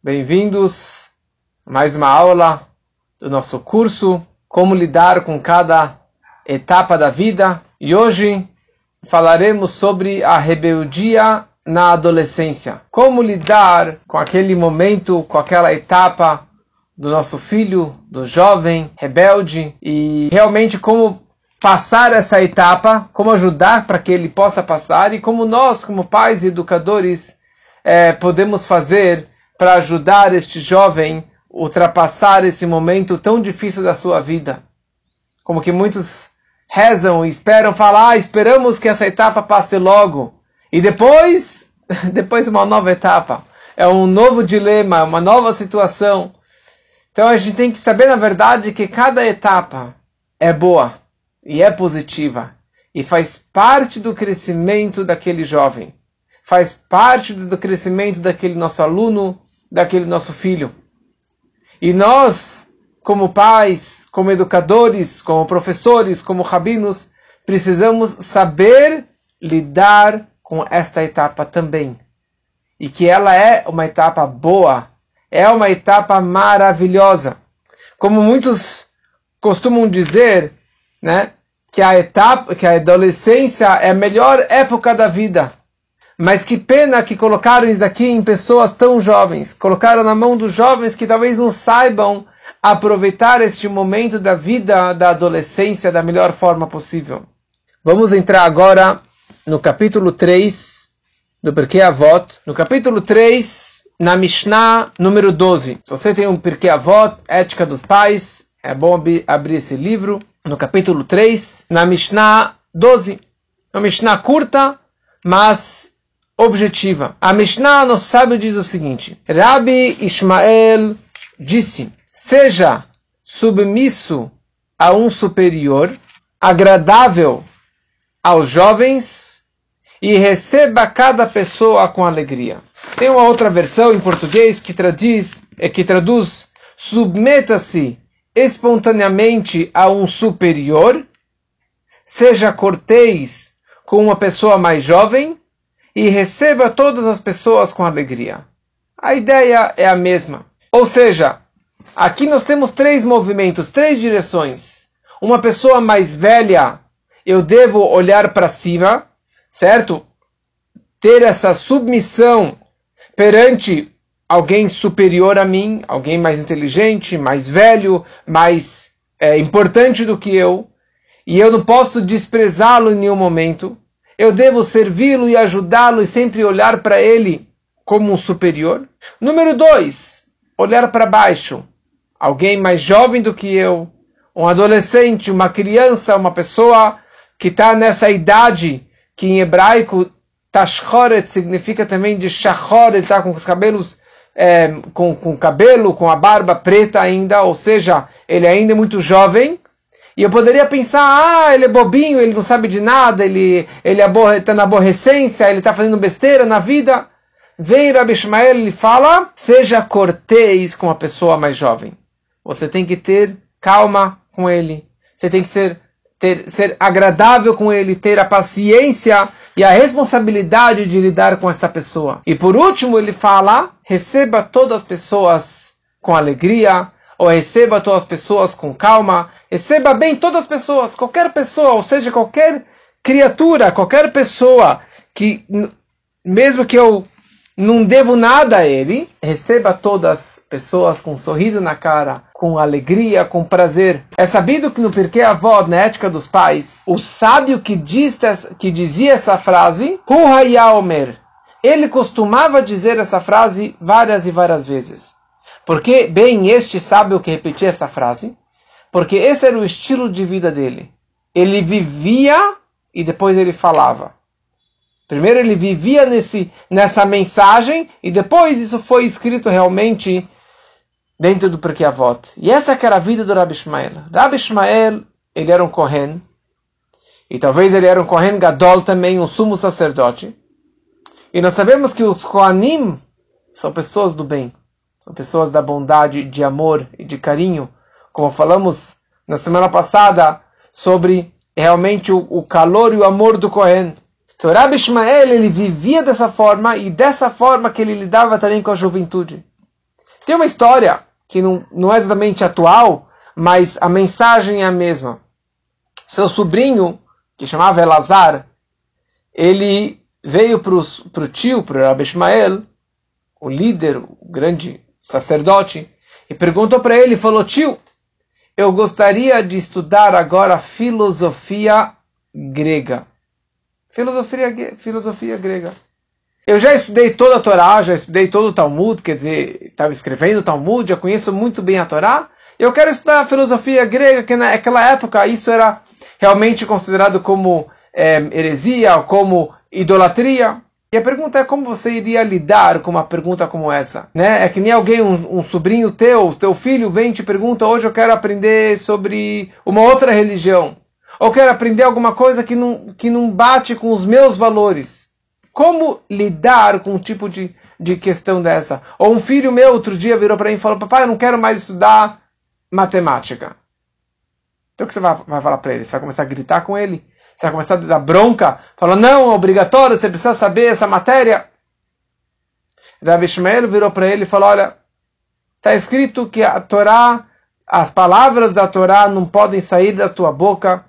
Bem-vindos a mais uma aula do nosso curso Como lidar com cada etapa da vida. E hoje falaremos sobre a rebeldia na adolescência. Como lidar com aquele momento, com aquela etapa do nosso filho, do jovem rebelde, e realmente como passar essa etapa, como ajudar para que ele possa passar, e como nós, como pais e educadores, podemos fazer para ajudar este jovem a ultrapassar esse momento tão difícil da sua vida. Como que muitos rezam e esperam, falar, esperamos que essa etapa passe logo. E depois uma nova etapa. É um novo dilema, uma nova situação. Então a gente tem que saber, na verdade, que cada etapa é boa e é positiva. E faz parte do crescimento daquele jovem. Faz parte do crescimento daquele nosso aluno, daquele nosso filho. E nós, como pais, como educadores, como professores, como rabinos, precisamos saber lidar com esta etapa também. E que ela é uma etapa boa, é uma etapa maravilhosa. Como muitos costumam dizer, né, que a adolescência é a melhor época da vida. Mas que pena que colocaram isso aqui em pessoas tão jovens. Colocaram na mão dos jovens que talvez não saibam aproveitar este momento da vida da adolescência da melhor forma possível. Vamos entrar agora no capítulo 3 do Pirkei Avot. No capítulo 3, na Mishnah número 12. Se você tem um Pirkei Avot, Ética dos Pais, é bom abrir esse livro. No capítulo 3, na Mishnah 12. Uma Mishnah curta, mas objetiva. A Mishnah, nosso sábio, diz o seguinte: Rabi Ishmael disse: seja submisso a um superior, agradável aos jovens e receba cada pessoa com alegria. Tem uma outra versão em português que traduz submeta-se espontaneamente a um superior, seja cortês com uma pessoa mais jovem e receba todas as pessoas com alegria. A ideia é a mesma. Ou seja, aqui nós temos três movimentos, três direções. Uma pessoa mais velha, eu devo olhar para cima, certo? Ter essa submissão perante alguém superior a mim, alguém mais inteligente, mais velho, mais importante do que eu. E eu não posso desprezá-lo em nenhum momento. Eu devo servi-lo e ajudá-lo e sempre olhar para ele como um superior. Número 2, olhar para baixo. Alguém mais jovem do que eu, um adolescente, uma criança, uma pessoa que está nessa idade, que em hebraico, tashchoret, significa também de shachor, ele está com os cabelos, com cabelo, com a barba preta ainda, ou seja, ele ainda é muito jovem. E eu poderia pensar, ele é bobinho, ele não sabe de nada, ele está na aborrecência, ele está fazendo besteira na vida. Vem Rabi Ishmael, ele fala, seja cortês com a pessoa mais jovem. Você tem que ter calma com ele. Você tem que ser agradável com ele, ter a paciência e a responsabilidade de lidar com esta pessoa. E por último ele fala, receba todas as pessoas com alegria, ou receba todas as pessoas com calma, receba bem todas as pessoas, qualquer pessoa, ou seja, qualquer criatura, qualquer pessoa, que mesmo que eu não devo nada a ele, receba todas as pessoas com um sorriso na cara, com alegria, com prazer. É sabido que no Pirkei Avot, na Ética dos Pais, o sábio que dizia essa frase, Hu Haya Omer, ele costumava dizer essa frase várias e várias vezes. Porque, bem, este sábio que repetia essa frase, porque esse era o estilo de vida dele. Ele vivia e depois ele falava. Primeiro ele vivia nessa mensagem e depois isso foi escrito realmente dentro do Pirkei Avot. E essa que era a vida do Rabi Ishmael. Rabi Ishmael, ele era um Kohen. E talvez ele era um Kohen Gadol também, um sumo sacerdote. E nós sabemos que os Kohanim são pessoas do bem. São pessoas da bondade, de amor e de carinho. Como falamos na semana passada sobre realmente o calor e o amor do Kohen. Então Rabi Ishmael, ele vivia dessa forma e dessa forma que ele lidava também com a juventude. Tem uma história que não é exatamente atual, mas a mensagem é a mesma. Seu sobrinho, que chamava Elazar, ele veio para o tio, para o Rabbi Ishmael, o líder, o grande sacerdote, e perguntou para ele, falou, tio, eu gostaria de estudar agora filosofia grega. Filosofia grega. Eu já estudei toda a Torá, já estudei todo o Talmud, quer dizer, estava escrevendo o Talmud, já conheço muito bem a Torá. Eu quero estudar a filosofia grega, que naquela época isso era realmente considerado como heresia, como idolatria. E a pergunta é como você iria lidar com uma pergunta como essa, né? É que nem alguém, um sobrinho teu filho vem e te pergunta, hoje eu quero aprender sobre uma outra religião. Ou quero aprender alguma coisa que não bate com os meus valores. Como lidar com um tipo de questão dessa? Ou um filho meu outro dia virou para mim e falou, papai, eu não quero mais estudar matemática. Então o que você vai falar para ele? Você vai começar a gritar com ele? Você vai começar a dar bronca? Falar, não, é obrigatório, você precisa saber essa matéria. Rabbi Ishmael virou para ele e falou, olha, está escrito que a Torá, as palavras da Torá não podem sair da tua boca.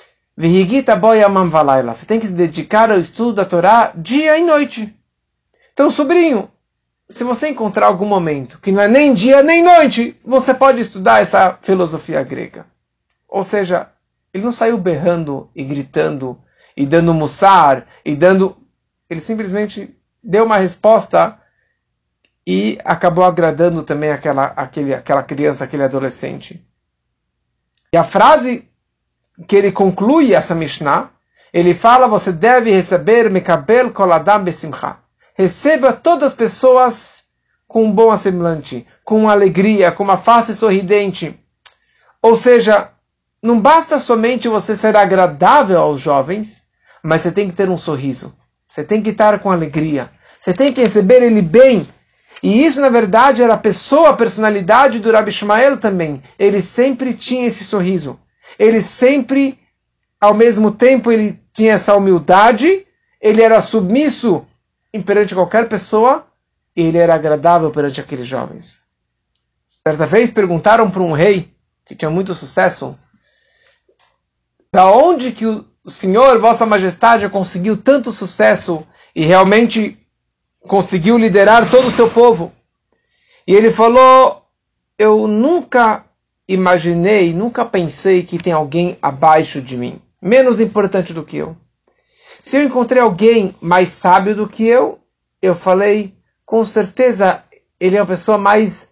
Você tem que se dedicar ao estudo da Torá dia e noite. Então, sobrinho, se você encontrar algum momento que não é nem dia nem noite, você pode estudar essa filosofia grega. Ou seja, ele não saiu berrando e gritando e dando mussar e dando... Ele simplesmente deu uma resposta e acabou agradando também aquela criança, aquele adolescente. E a frase que ele conclui essa Mishnah, ele fala, você deve receber Mekabel Kol Adam Besimcha. Receba todas as pessoas com um bom semblante, com alegria, com uma face sorridente. Ou seja, não basta somente você ser agradável aos jovens, mas você tem que ter um sorriso. Você tem que estar com alegria. Você tem que receber ele bem. E isso, na verdade, era a personalidade do Rabbi Ishmael também. Ele sempre tinha esse sorriso. Ele sempre, ao mesmo tempo, ele tinha essa humildade, ele era submisso perante qualquer pessoa, e ele era agradável perante aqueles jovens. Certa vez perguntaram para um rei, que tinha muito sucesso, da onde que o Senhor, Vossa Majestade, conseguiu tanto sucesso e realmente conseguiu liderar todo o seu povo. E ele falou, eu nunca imaginei, nunca pensei que tem alguém abaixo de mim, menos importante do que eu. Se eu encontrei alguém mais sábio do que eu falei, com certeza ele é uma pessoa mais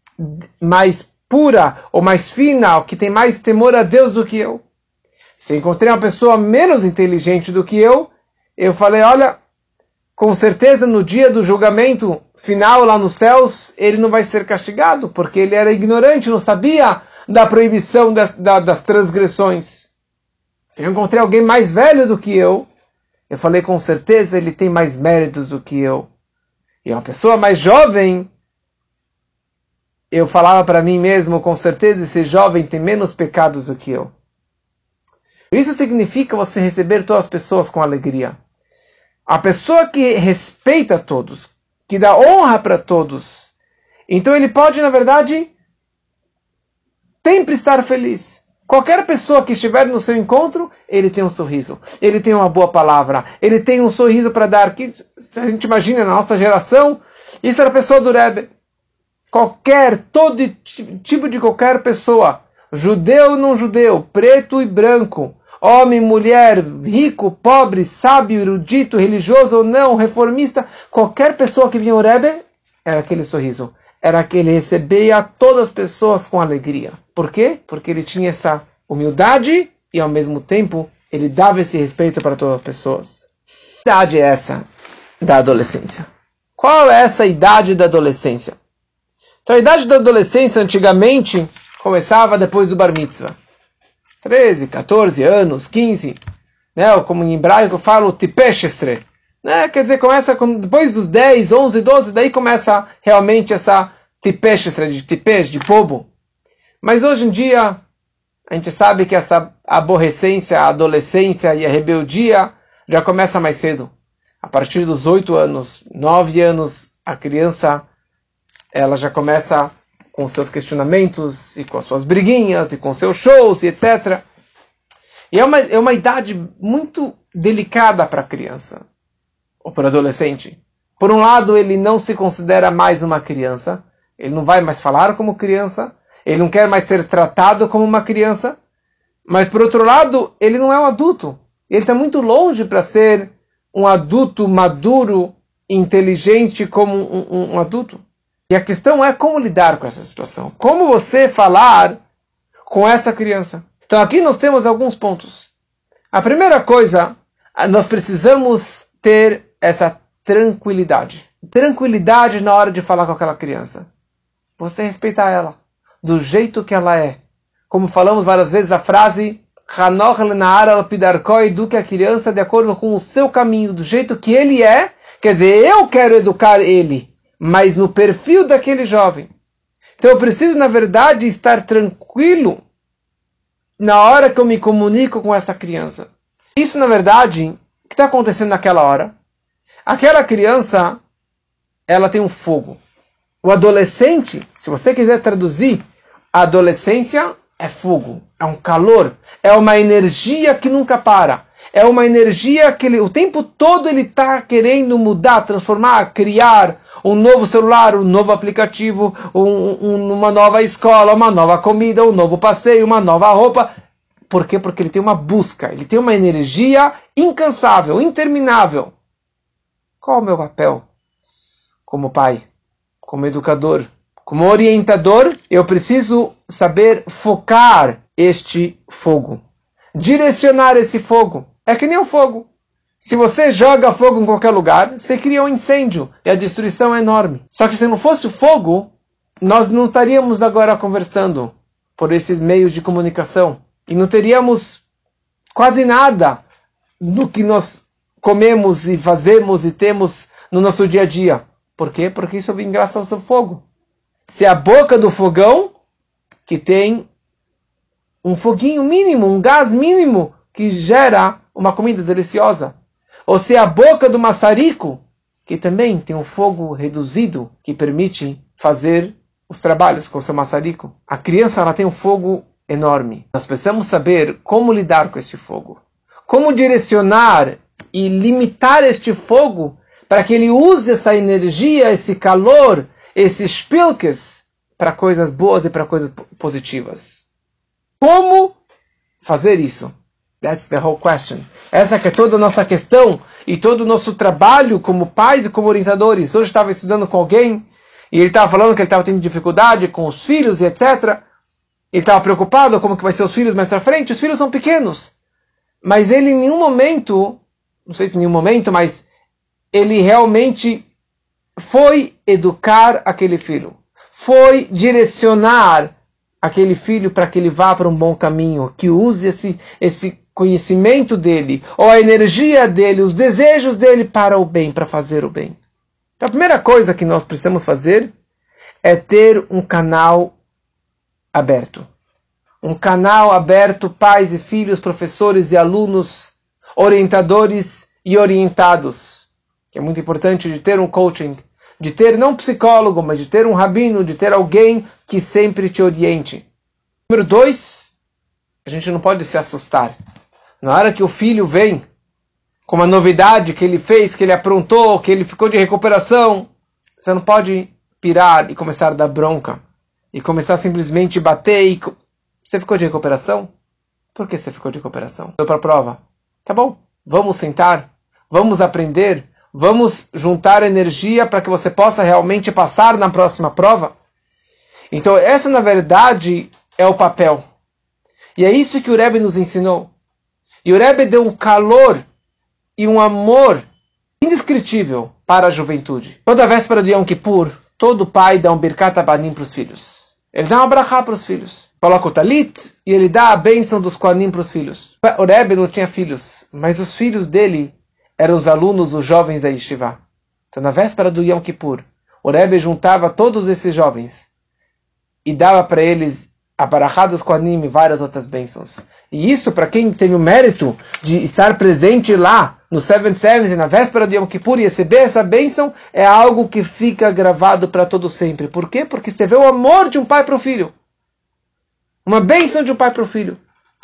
pura ou mais fina, ou que tem mais temor a Deus do que eu. Se eu encontrei uma pessoa menos inteligente do que eu falei, olha, com certeza no dia do julgamento final lá nos céus, ele não vai ser castigado, porque ele era ignorante, não sabia da proibição das transgressões. Se eu encontrei alguém mais velho do que eu falei, com certeza ele tem mais méritos do que eu. E uma pessoa mais jovem, eu falava para mim mesmo, com certeza esse jovem tem menos pecados do que eu. Isso significa você receber todas as pessoas com alegria. A pessoa que respeita todos, que dá honra para todos, então ele pode, na verdade, sempre estar feliz. Qualquer pessoa que estiver no seu encontro, ele tem um sorriso, ele tem uma boa palavra, ele tem um sorriso para dar. Que, se a gente imagina na nossa geração, isso era a pessoa do Rebbe. Todo tipo de qualquer pessoa, judeu ou não judeu, preto e branco, homem, mulher, rico, pobre, sábio, erudito, religioso ou não, reformista, qualquer pessoa que vinha ao Rebbe, era aquele sorriso. Era que ele recebia todas as pessoas com alegria. Por quê? Porque ele tinha essa humildade e, ao mesmo tempo, ele dava esse respeito para todas as pessoas. Que idade é essa da adolescência? Qual é essa idade da adolescência? Então, a idade da adolescência, antigamente, começava depois do Bar Mitzvah. 13, 14 anos, 15. Né? Como em hebraico eu falo, tipeshestre. Né? Quer dizer, começa depois dos 10, 11, 12, daí começa realmente essa tipeshestre, de tipesh, de bobo. Mas hoje em dia, a gente sabe que essa aborrecência, a adolescência e a rebeldia já começa mais cedo. A partir dos 8 anos, 9 anos, a criança ela já começa com seus questionamentos, e com as suas briguinhas, e com seus shows, e etc. E é uma idade muito delicada para a criança, ou para o adolescente. Por um lado, ele não se considera mais uma criança, ele não vai mais falar como criança, ele não quer mais ser tratado como uma criança, mas por outro lado, ele não é um adulto. Ele está muito longe para ser um adulto maduro, inteligente como um adulto. E a questão é como lidar com essa situação. Como você falar com essa criança. Então aqui nós temos alguns pontos. A primeira coisa, nós precisamos ter essa tranquilidade. Tranquilidade na hora de falar com aquela criança. Você respeitar ela do jeito que ela é. Como falamos várias vezes a frase Hanoch lenaar al-pidarkoi, eduque a criança de acordo com o seu caminho, do jeito que ele é. Quer dizer, eu quero educar ele, mas no perfil daquele jovem. Então eu preciso, na verdade, estar tranquilo na hora que eu me comunico com essa criança. Isso, na verdade, o que está acontecendo naquela hora? Aquela criança, ela tem um fogo. O adolescente, se você quiser traduzir, a adolescência é fogo, é um calor, é uma energia que nunca para. É uma energia que o tempo todo ele está querendo mudar, transformar, criar um novo celular, um novo aplicativo, uma nova escola, uma nova comida, um novo passeio, uma nova roupa. Por quê? Porque ele tem uma busca, ele tem uma energia incansável, interminável. Qual é o meu papel? Como pai, como educador, como orientador, eu preciso saber focar este fogo. Direcionar esse fogo. É que nem o fogo. Se você joga fogo em qualquer lugar, você cria um incêndio e a destruição é enorme. Só que se não fosse o fogo, nós não estaríamos agora conversando por esses meios de comunicação. E não teríamos quase nada do que nós comemos e fazemos e temos no nosso dia a dia. Por quê? Porque isso vem graças ao fogo. Se a boca do fogão, que tem um foguinho mínimo, um gás mínimo, que gera uma comida deliciosa. Ou se a boca do maçarico, que também tem um fogo reduzido, que permite fazer os trabalhos com o seu maçarico. A criança ela tem um fogo enorme. Nós precisamos saber como lidar com este fogo. Como direcionar e limitar este fogo para que ele use essa energia, esse calor, esses spilkes para coisas boas e para coisas positivas. Como fazer isso? That's the whole question. Essa que é toda a nossa questão e todo o nosso trabalho como pais e como orientadores. Hoje eu estava estudando com alguém e ele estava falando que ele estava tendo dificuldade com os filhos e etc. Ele estava preocupado como que vai ser os filhos mais pra frente. Os filhos são pequenos. Mas ele em nenhum momento, não sei se em nenhum momento, mas ele realmente foi educar aquele filho. Foi direcionar aquele filho para que ele vá para um bom caminho, que use esse conhecimento dele, ou a energia dele, os desejos dele para o bem, para fazer o bem. Então, a primeira coisa que nós precisamos fazer é ter um canal aberto. Um canal aberto, pais e filhos, professores e alunos, orientadores e orientados. Que é muito importante de ter um coaching, de ter não um psicólogo, mas de ter um rabino, de ter alguém que sempre te oriente. Número 2, a gente não pode se assustar. Na hora que o filho vem com uma novidade que ele fez, que ele aprontou, que ele ficou de recuperação, você não pode pirar e começar a dar bronca. E começar a simplesmente bater e... Você ficou de recuperação? Por que você ficou de recuperação? Deu para a prova. Tá bom, vamos sentar, vamos aprender, vamos juntar energia para que você possa realmente passar na próxima prova. Então essa na verdade é o papel. E é isso que o Rebbe nos ensinou. E o Rebbe deu um calor e um amor indescritível para a juventude. Toda véspera do Yom Kippur, todo pai dá um Birkat Abanim para os filhos. Ele dá uma brachá para os filhos. Coloca o talit e ele dá a bênção dos Kohanim para os filhos. O Rebbe não tinha filhos, mas os filhos dele eram os alunos, os jovens da Yeshiva. Então na véspera do Yom Kippur, o Rebbe juntava todos esses jovens e dava para eles a barachá dos Kohanim e várias outras bênçãos. E isso, para quem teve o mérito de estar presente lá no 7-7 e na véspera de Yom Kippur e receber essa bênção, é algo que fica gravado para todo sempre. Por quê? Porque você vê o amor de um pai para o filho. Uma bênção de um pai para o filho.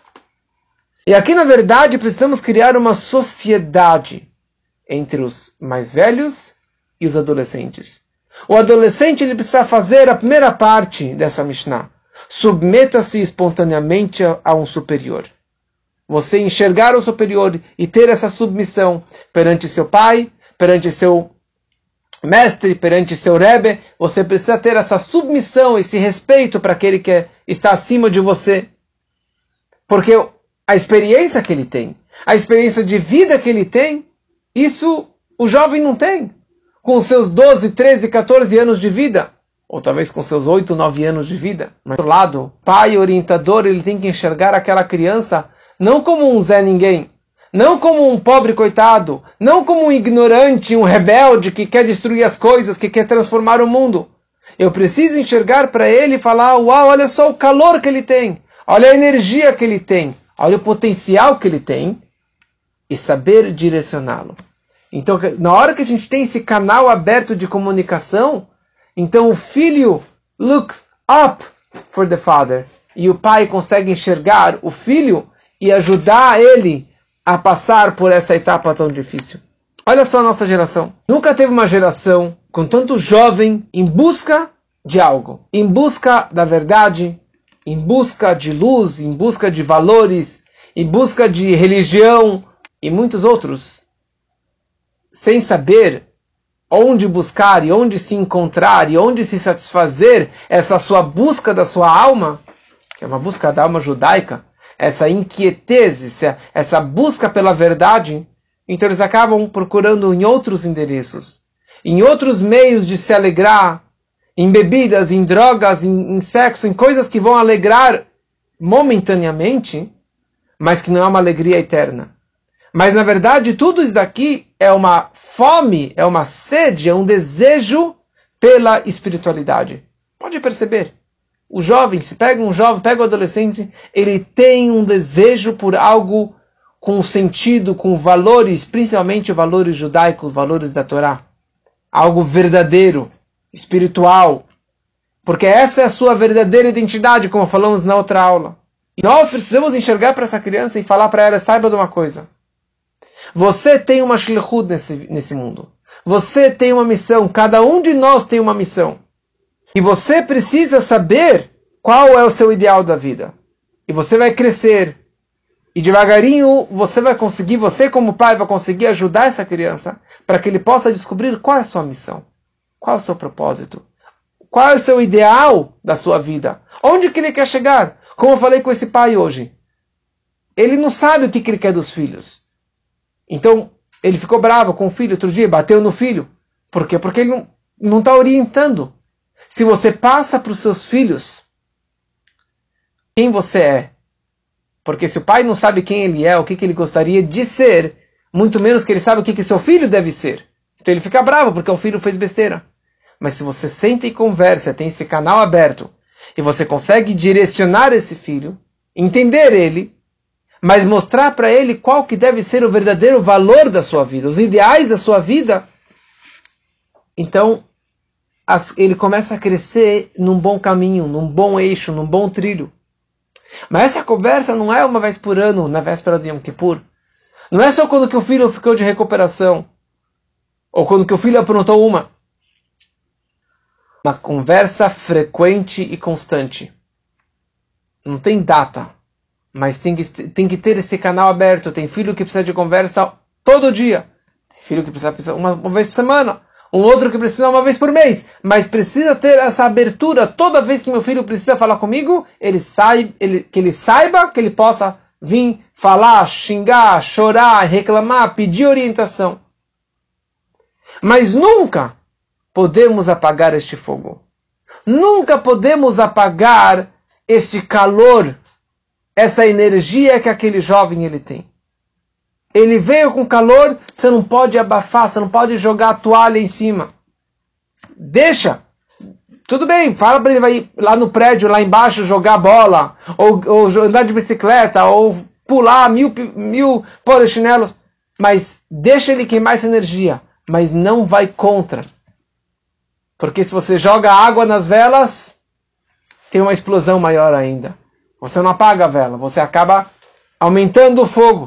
E aqui, na verdade, precisamos criar uma sociedade entre os mais velhos e os adolescentes. O adolescente ele precisa fazer a primeira parte dessa Mishnah. Submeta-se espontaneamente a um superior. Você enxergar o superior e ter essa submissão perante seu pai, perante seu mestre, perante seu Rebbe, você precisa ter essa submissão, esse respeito para aquele que está acima de você. Porque a experiência que ele tem, a experiência de vida que ele tem, isso o jovem não tem. Com seus 12, 13, 14 anos de vida, ou talvez com seus 8, 9 anos de vida. Mas, do outro lado, pai orientador, ele tem que enxergar aquela criança não como um Zé Ninguém, não como um pobre coitado, não como um ignorante, um rebelde que quer destruir as coisas, que quer transformar o mundo. Eu preciso enxergar para ele e falar, uau, olha só o calor que ele tem, olha a energia que ele tem, olha o potencial que ele tem, e saber direcioná-lo. Então, na hora que a gente tem esse canal aberto de comunicação, então o filho look up for the father, e o pai consegue enxergar o filho e ajudar ele a passar por essa etapa tão difícil. Olha só a nossa geração. Nunca teve uma geração com tanto jovem em busca de algo, em busca da verdade, em busca de luz, em busca de valores, em busca de religião e muitos outros, sem saber onde buscar e onde se encontrar e onde se satisfazer essa sua busca da sua alma, que é uma busca da alma judaica, essa inquietez, essa busca pela verdade, então eles acabam procurando em outros endereços, em outros meios de se alegrar, em bebidas, em drogas, em sexo, em coisas que vão alegrar momentaneamente, mas que não é uma alegria eterna. Mas, na verdade, tudo isso daqui é uma fome, é uma sede, é um desejo pela espiritualidade. Pode perceber. O jovem, se pega um jovem, pega um adolescente, ele tem um desejo por algo com sentido, com valores, principalmente valores judaicos, valores da Torá. Algo verdadeiro, espiritual. Porque essa é a sua verdadeira identidade, como falamos na outra aula. E nós precisamos enxergar para essa criança e falar para ela, saiba de uma coisa. Você tem uma shlichut nesse mundo. Você tem uma missão. Cada um de nós tem uma missão. E você precisa saber qual é o seu ideal da vida. E você vai crescer. E devagarinho você vai conseguir, você como pai vai conseguir ajudar essa criança para que ele possa descobrir qual é a sua missão. Qual é o seu propósito. Qual é o seu ideal da sua vida. Onde que ele quer chegar. Como eu falei com esse pai hoje. Ele não sabe o que ele quer dos filhos. Então, ele ficou bravo com o filho outro dia, bateu no filho. Por quê? Porque ele não está orientando. Se você passa para os seus filhos quem você é, porque se o pai não sabe quem ele é, o que ele gostaria de ser, muito menos que ele sabe o que seu filho deve ser. Então ele fica bravo porque o filho fez besteira. Mas se você senta e conversa, tem esse canal aberto, e você consegue direcionar esse filho, entender ele, mas mostrar para ele qual que deve ser o verdadeiro valor da sua vida, os ideais da sua vida, então ele começa a crescer num bom caminho, num bom eixo, num bom trilho. Mas essa conversa não é uma vez por ano, na véspera do Yom Kippur. Não é só quando que o filho ficou de recuperação, ou quando que o filho aprontou uma. Uma conversa frequente e constante. Não tem data. Mas tem que ter esse canal aberto. Tem filho que precisa de conversa todo dia. Tem filho que precisa uma vez por semana. Um outro que precisa uma vez por mês. Mas precisa ter essa abertura. Toda vez que meu filho precisa falar comigo, que ele saiba que ele possa vir falar, xingar, chorar, reclamar, pedir orientação. Mas nunca podemos apagar este fogo. Nunca podemos apagar este calor, essa energia que aquele jovem ele tem. Ele veio com calor, você não pode abafar, você não pode jogar a toalha em cima. Deixa. tudo bem, fala para ele vai lá no prédio, lá embaixo, jogar bola, ou andar de bicicleta, ou pular mil polichinelos, mas deixa ele queimar essa energia, mas não vai contra. Porque se você joga água nas velas, tem uma explosão maior ainda. Você não apaga a vela, você acaba aumentando o fogo.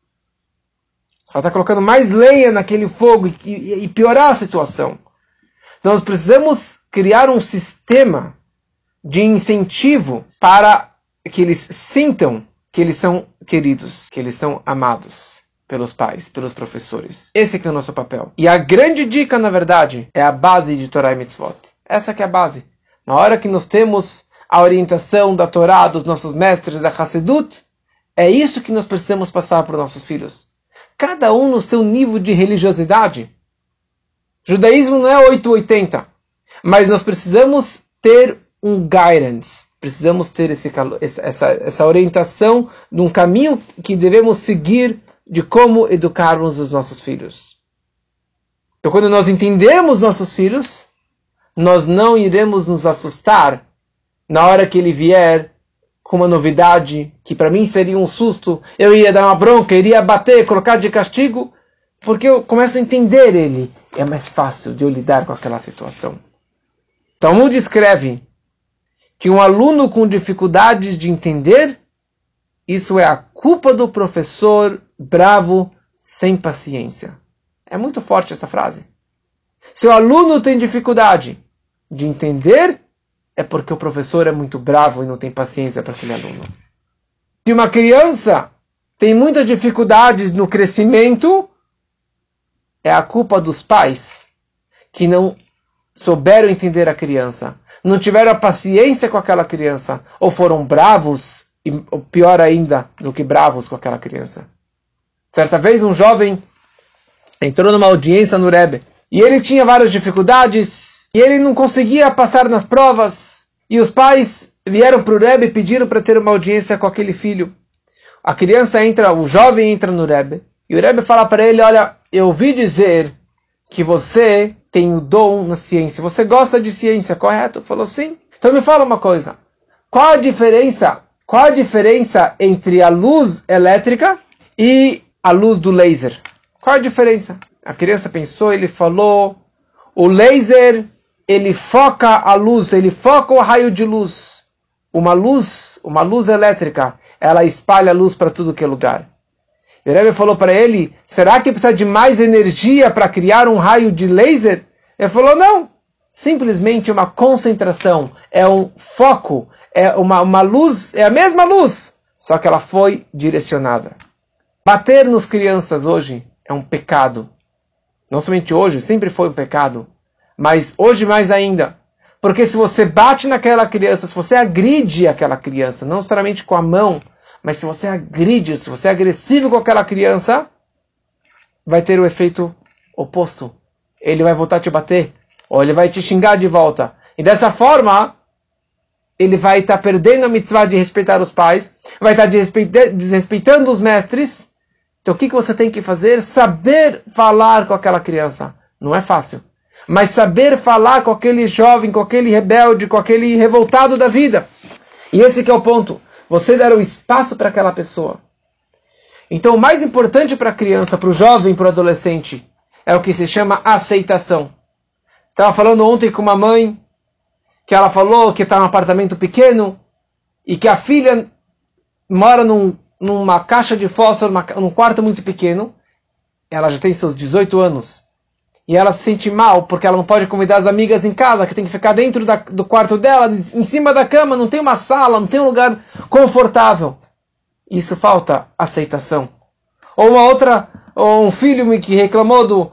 Você está colocando mais lenha naquele fogo e piorar a situação. Nós precisamos criar um sistema de incentivo para que eles sintam que eles são queridos, que eles são amados pelos pais, pelos professores. Esse que é o nosso papel. E a grande dica, na verdade, é a base de Torá e Mitzvot. Essa que é a base. Na hora que nós temos a orientação da Torá, dos nossos mestres, da Hassedut, é isso que nós precisamos passar para os nossos filhos. Cada um no seu nível de religiosidade. Judaísmo não é 880, mas nós precisamos ter um guidance, precisamos ter essa orientação de um caminho que devemos seguir de como educarmos os nossos filhos. Então, quando nós entendermos nossos filhos, nós não iremos nos assustar na hora que ele vier com uma novidade, que para mim seria um susto, eu ia dar uma bronca, iria bater, colocar de castigo, porque eu começo a entender ele. É mais fácil de eu lidar com aquela situação. Talmud escreve que um aluno com dificuldades de entender, isso é a culpa do professor bravo, sem paciência. É muito forte essa frase. Se o aluno tem dificuldade de entender, é porque o professor é muito bravo e não tem paciência para aquele aluno. Se uma criança tem muitas dificuldades no crescimento, é a culpa dos pais que não souberam entender a criança, não tiveram a paciência com aquela criança, ou foram bravos, ou pior ainda do que bravos com aquela criança. Certa vez um jovem entrou numa audiência no Rebbe, e ele tinha várias dificuldades, e ele não conseguia passar nas provas, e os pais vieram para o Rebbe e pediram para ter uma audiência com aquele filho. A criança entra, o jovem entra no Rebbe, e o Rebbe fala para ele, olha, eu ouvi dizer que você tem o dom na ciência. Você gosta de ciência, correto? Falou sim. Então me fala uma coisa. Qual a diferença entre a luz elétrica e a luz do laser? Qual a diferença? A criança pensou, ele falou, o laser, ele foca a luz, ele foca o raio de luz. Uma luz elétrica, ela espalha a luz para tudo que é lugar. O Rebbe falou para ele, será que precisa de mais energia para criar um raio de laser? Ele falou, não. Simplesmente uma concentração, é um foco, é uma luz, é a mesma luz, só que ela foi direcionada. Bater nos crianças hoje é um pecado. Não somente hoje, sempre foi um pecado, mas hoje mais ainda. Porque se você bate naquela criança, se você agride aquela criança, não necessariamente com a mão, mas se você agride, se você é agressivo com aquela criança, vai ter o efeito oposto. Ele vai voltar a te bater, ou ele vai te xingar de volta. E dessa forma, ele vai estar perdendo a mitzvah de respeitar os pais, vai estar desrespeitando os mestres. Então o que você tem que fazer? Saber falar com aquela criança. Não é fácil. Mas saber falar com aquele jovem, com aquele rebelde, com aquele revoltado da vida. E esse que é o ponto. Você dar o espaço para aquela pessoa. Então o mais importante para a criança, para o jovem, para o adolescente, é o que se chama aceitação. Estava falando ontem com uma mãe, que ela falou que está num apartamento pequeno, e que a filha mora numa caixa de fósforo, num quarto muito pequeno. Ela já tem seus 18 anos. E ela se sente mal, porque ela não pode convidar as amigas em casa, que tem que ficar dentro do quarto dela, em cima da cama, não tem uma sala, não tem um lugar confortável. Isso falta aceitação. Ou um filho que reclamou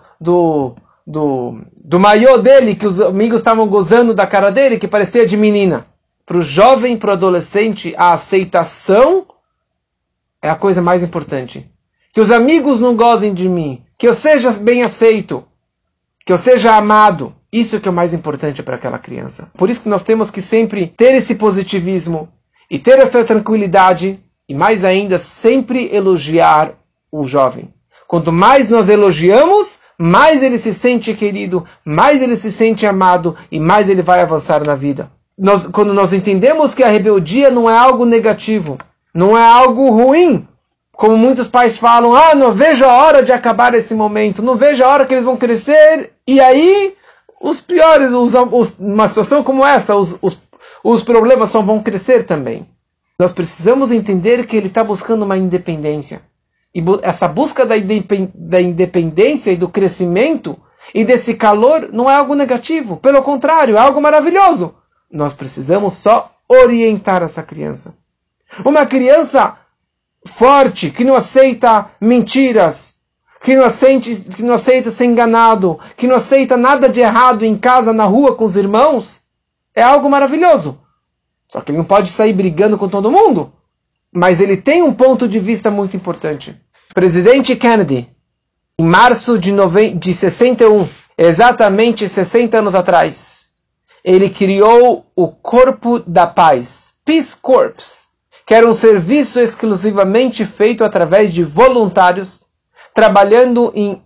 do maiô dele, que os amigos estavam gozando da cara dele, que parecia de menina. Para o jovem, para o adolescente, a aceitação é a coisa mais importante. Que os amigos não gozem de mim, que eu seja bem aceito, que eu seja amado. Isso que é o mais importante para aquela criança. Por isso que nós temos que sempre ter esse positivismo e ter essa tranquilidade e mais ainda sempre elogiar o jovem. Quanto mais nós elogiamos, mais ele se sente querido, mais ele se sente amado e mais ele vai avançar na vida. Quando nós entendemos que a rebeldia não é algo negativo, não é algo ruim, como muitos pais falam, não vejo a hora de acabar esse momento, não vejo a hora que eles vão crescer, e aí os piores, uma situação como essa, os problemas só vão crescer também. Nós precisamos entender que ele está buscando uma independência. E essa busca da independência e do crescimento e desse calor não é algo negativo. Pelo contrário, é algo maravilhoso. Nós precisamos só orientar essa criança. Uma criança forte, que não aceita mentiras, que não aceita ser enganado, que não aceita nada de errado em casa, na rua, com os irmãos, é algo maravilhoso. Só que ele não pode sair brigando com todo mundo. Mas ele tem um ponto de vista muito importante. O presidente Kennedy, em março de 61, exatamente 60 anos atrás, ele criou o Corpo da Paz, Peace Corps, que era um serviço exclusivamente feito através de voluntários, trabalhando em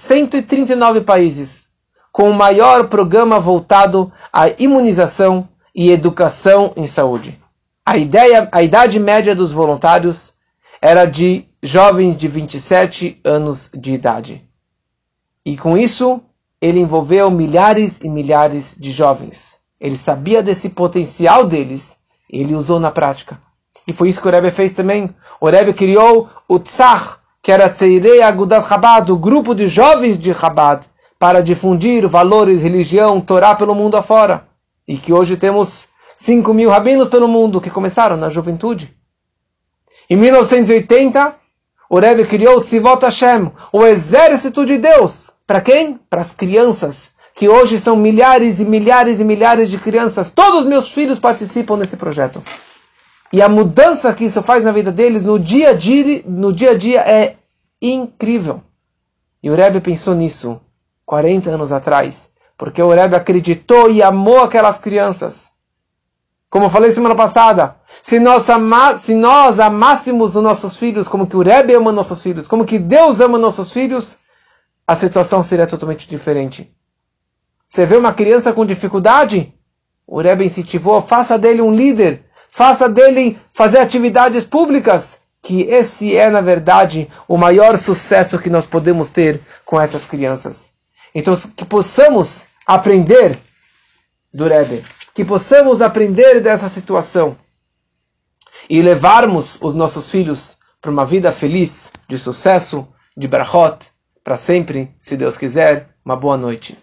139 países, com o maior programa voltado à imunização e educação em saúde. A idade média dos voluntários era de jovens de 27 anos de idade. E com isso, ele envolveu milhares e milhares de jovens. Ele sabia desse potencial deles, e ele usou na prática. E foi isso que o Rebbe fez também. O Rebbe criou o Tzach, que era Tzeirei Agudat Chabad, o grupo de jovens de Chabad, para difundir valores, religião, Torá pelo mundo afora. E que hoje temos 5.000 rabinos pelo mundo que começaram na juventude. Em 1980, o Rebbe criou o Tzivot Hashem, o exército de Deus. Para quem? Para as crianças, que hoje são milhares e milhares e milhares de crianças. Todos os meus filhos participam desse projeto. E a mudança que isso faz na vida deles no dia a dia é incrível. E o Rebbe pensou nisso 40 anos atrás, porque o Rebbe acreditou e amou aquelas crianças. Como eu falei semana passada, se nós amássemos os nossos filhos como que o Rebbe ama nossos filhos, como que Deus ama nossos filhos, a situação seria totalmente diferente. Você vê uma criança com dificuldade? O Rebbe incentivou, faça dele um líder, faça dele fazer atividades públicas, que esse é, na verdade, o maior sucesso que nós podemos ter com essas crianças. Então, que possamos aprender do Rebbe, que possamos aprender dessa situação e levarmos os nossos filhos para uma vida feliz, de sucesso, de brachot, para sempre, se Deus quiser. Uma boa noite.